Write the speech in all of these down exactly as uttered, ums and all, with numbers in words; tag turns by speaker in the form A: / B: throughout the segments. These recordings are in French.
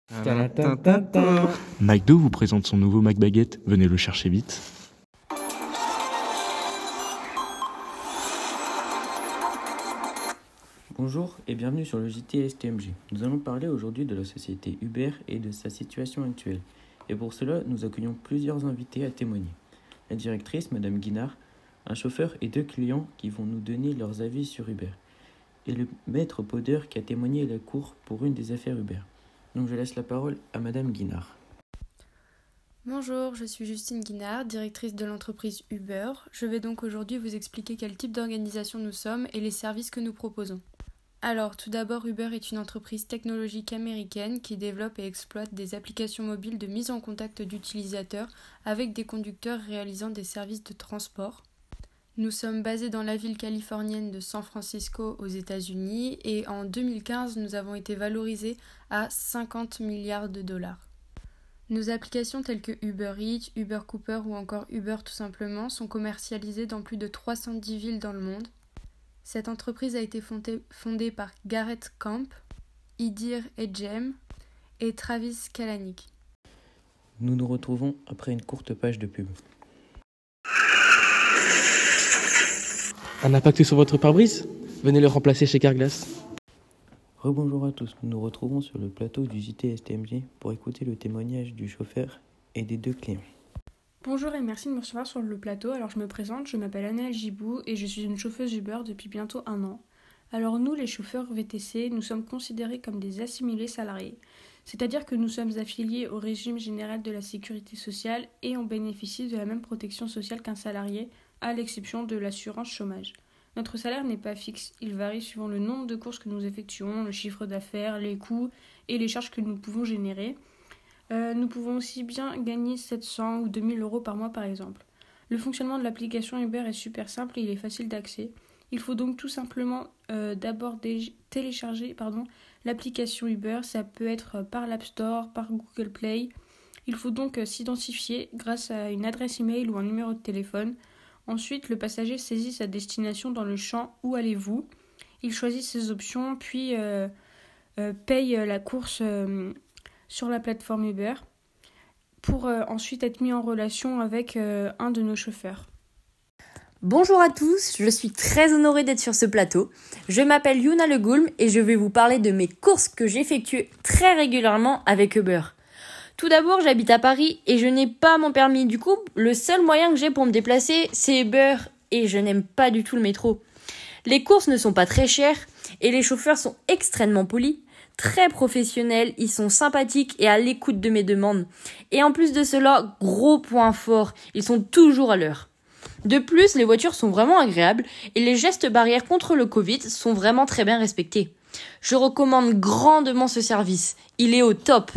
A: McDo vous présente son nouveau McBaguette, venez le chercher vite.
B: Bonjour et bienvenue sur le J T S T M G. Nous allons parler aujourd'hui de la société Uber et de sa situation actuelle. Et pour cela, nous accueillons plusieurs invités à témoigner. La directrice, Madame Guinard, un chauffeur et deux clients qui vont nous donner leurs avis sur Uber. Et le maître podeur qui a témoigné à la cour pour une des affaires Uber. Donc je laisse la parole à Madame Guinard.
C: Bonjour, je suis Justine Guinard, directrice de l'entreprise Uber. Je vais donc aujourd'hui vous expliquer quel type d'organisation nous sommes et les services que nous proposons. Alors, tout d'abord, Uber est une entreprise technologique américaine qui développe et exploite des applications mobiles de mise en contact d'utilisateurs avec des conducteurs réalisant des services de transport. Nous sommes basés dans la ville californienne de San Francisco aux États-Unis et en deux mille quinze, nous avons été valorisés à cinquante milliards de dollars. Nos applications telles que Uber Eats, Uber Cooper ou encore Uber tout simplement sont commercialisées dans plus de trois cent dix villes dans le monde. Cette entreprise a été fondée, fondée par Garrett Camp, Idir Edjem et Travis Kalanick.
B: Nous nous retrouvons après une courte page de pub.
D: Un impact sur votre pare-brise ? Venez le remplacer chez Carglass.
B: Rebonjour à tous, nous nous retrouvons sur le plateau du J T S T M G pour écouter le témoignage du chauffeur et des deux clients.
E: Bonjour et merci de me recevoir sur le plateau. Alors je me présente, je m'appelle Anaëlle Gibou et je suis une chauffeuse Uber depuis bientôt un an. Alors nous, les chauffeurs V T C, nous sommes considérés comme des assimilés salariés. C'est-à-dire que nous sommes affiliés au régime général de la sécurité sociale et on bénéficie de la même protection sociale qu'un salarié, à l'exception de l'assurance chômage. Notre salaire n'est pas fixe, il varie suivant le nombre de courses que nous effectuons, le chiffre d'affaires, les coûts et les charges que nous pouvons générer. Euh, nous pouvons aussi bien gagner sept cents ou deux mille euros par mois par exemple. Le fonctionnement de l'application Uber est super simple et il est facile d'accès. Il faut donc tout simplement euh, d'abord dé- télécharger pardon, l'application Uber, ça peut être par l'App Store, par Google Play. Il faut donc euh, s'identifier grâce à une adresse email ou un numéro de téléphone. Ensuite, le passager saisit sa destination dans le champ « Où allez-vous ?». Il choisit ses options, puis euh, euh, paye la course euh, sur la plateforme Uber pour euh, ensuite être mis en relation avec euh, un de nos chauffeurs.
F: Bonjour à tous, je suis très honorée d'être sur ce plateau. Je m'appelle Youna Le Goulm et je vais vous parler de mes courses que j'effectue très régulièrement avec Uber. Tout d'abord, j'habite à Paris et je n'ai pas mon permis. Du coup, le seul moyen que j'ai pour me déplacer, c'est Uber et je n'aime pas du tout le métro. Les courses ne sont pas très chères et les chauffeurs sont extrêmement polis, très professionnels, ils sont sympathiques et à l'écoute de mes demandes. Et en plus de cela, gros point fort, ils sont toujours à l'heure. De plus, les voitures sont vraiment agréables et les gestes barrières contre le Covid sont vraiment très bien respectés. Je recommande grandement ce service, il est au top.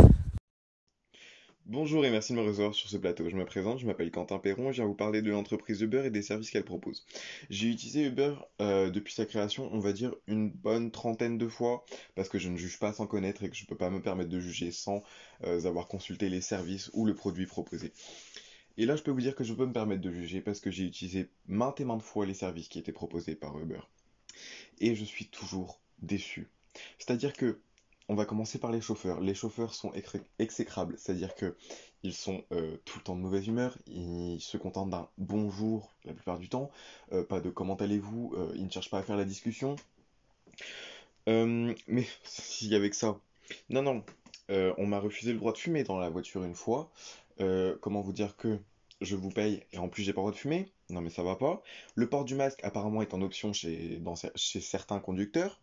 G: Bonjour et merci de me recevoir sur ce plateau. Je me présente, je m'appelle Quentin Perron et je viens vous parler de l'entreprise Uber et des services qu'elle propose. J'ai utilisé Uber euh, depuis sa création, on va dire une bonne trentaine de fois, parce que je ne juge pas sans connaître et que je ne peux pas me permettre de juger sans euh, avoir consulté les services ou le produit proposé. Et là, je peux vous dire que je peux me permettre de juger parce que j'ai utilisé maintes et maintes fois les services qui étaient proposés par Uber. Et je suis toujours déçu. C'est-à-dire que on va commencer par les chauffeurs. Les chauffeurs sont exé- exécrables, c'est-à-dire que ils sont euh, tout le temps de mauvaise humeur, ils se contentent d'un bonjour la plupart du temps, euh, pas de comment allez-vous, euh, ils ne cherchent pas à faire la discussion. Euh, mais s'il y avait que ça. Non, non, euh, on m'a refusé le droit de fumer dans la voiture une fois. Euh, comment vous dire que je vous paye et en plus j'ai pas le droit de fumer? Non mais ça va pas. Le port du masque apparemment est en option chez, dans, chez certains conducteurs.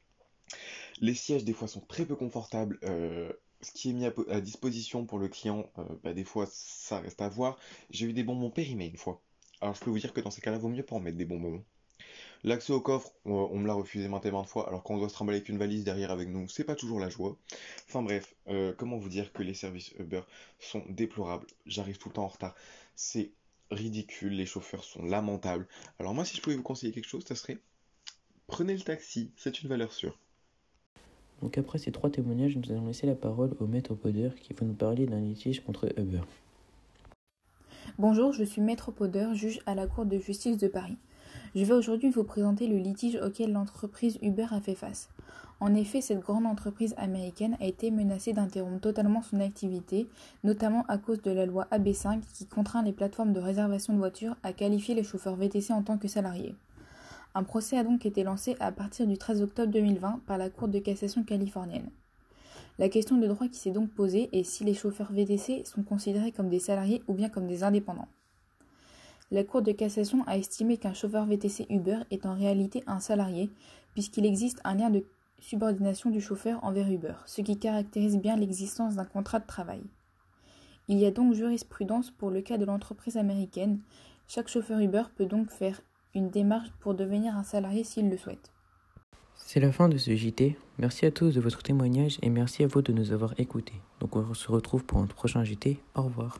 G: Les sièges, des fois, sont très peu confortables. Euh, ce qui est mis à, à disposition pour le client, euh, bah, des fois, ça reste à voir. J'ai eu des bonbons périmés une fois. Alors, je peux vous dire que dans ces cas-là, vaut mieux pas en mettre des bonbons. L'accès au coffre, on, on me l'a refusé maintes et maintes fois. Alors, quand on doit se trimballer avec une valise derrière avec nous, c'est pas toujours la joie. Enfin, bref, euh, comment vous dire que les services Uber sont déplorables? J'arrive tout le temps en retard. C'est ridicule, les chauffeurs sont lamentables. Alors, moi, si je pouvais vous conseiller quelque chose, ça serait prenez le taxi, c'est une valeur sûre.
B: Donc après ces trois témoignages, nous allons laisser la parole au maître podeur qui va nous parler d'un litige contre Uber.
H: Bonjour, je suis maître podeur, juge à la Cour de justice de Paris. Je vais aujourd'hui vous présenter le litige auquel l'entreprise Uber a fait face. En effet, cette grande entreprise américaine a été menacée d'interrompre totalement son activité, notamment à cause de la loi A B cinq qui contraint les plateformes de réservation de voitures à qualifier les chauffeurs V T C en tant que salariés. Un procès a donc été lancé à partir du treize octobre deux mille vingt par la Cour de cassation californienne. La question de droit qui s'est donc posée est si les chauffeurs V T C sont considérés comme des salariés ou bien comme des indépendants. La Cour de cassation a estimé qu'un chauffeur V T C Uber est en réalité un salarié, puisqu'il existe un lien de subordination du chauffeur envers Uber, ce qui caractérise bien l'existence d'un contrat de travail. Il y a donc jurisprudence pour le cas de l'entreprise américaine. Chaque chauffeur Uber peut donc faire une démarche pour devenir un salarié s'il le souhaite.
B: C'est la fin de ce J T. Merci à tous de votre témoignage et merci à vous de nous avoir écoutés. Donc on se retrouve pour un prochain J T. Au revoir.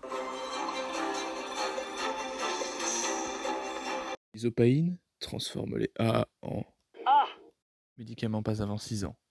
I: Isopaïne transforme les A en
J: Ah.
I: médicaments pas avant six ans.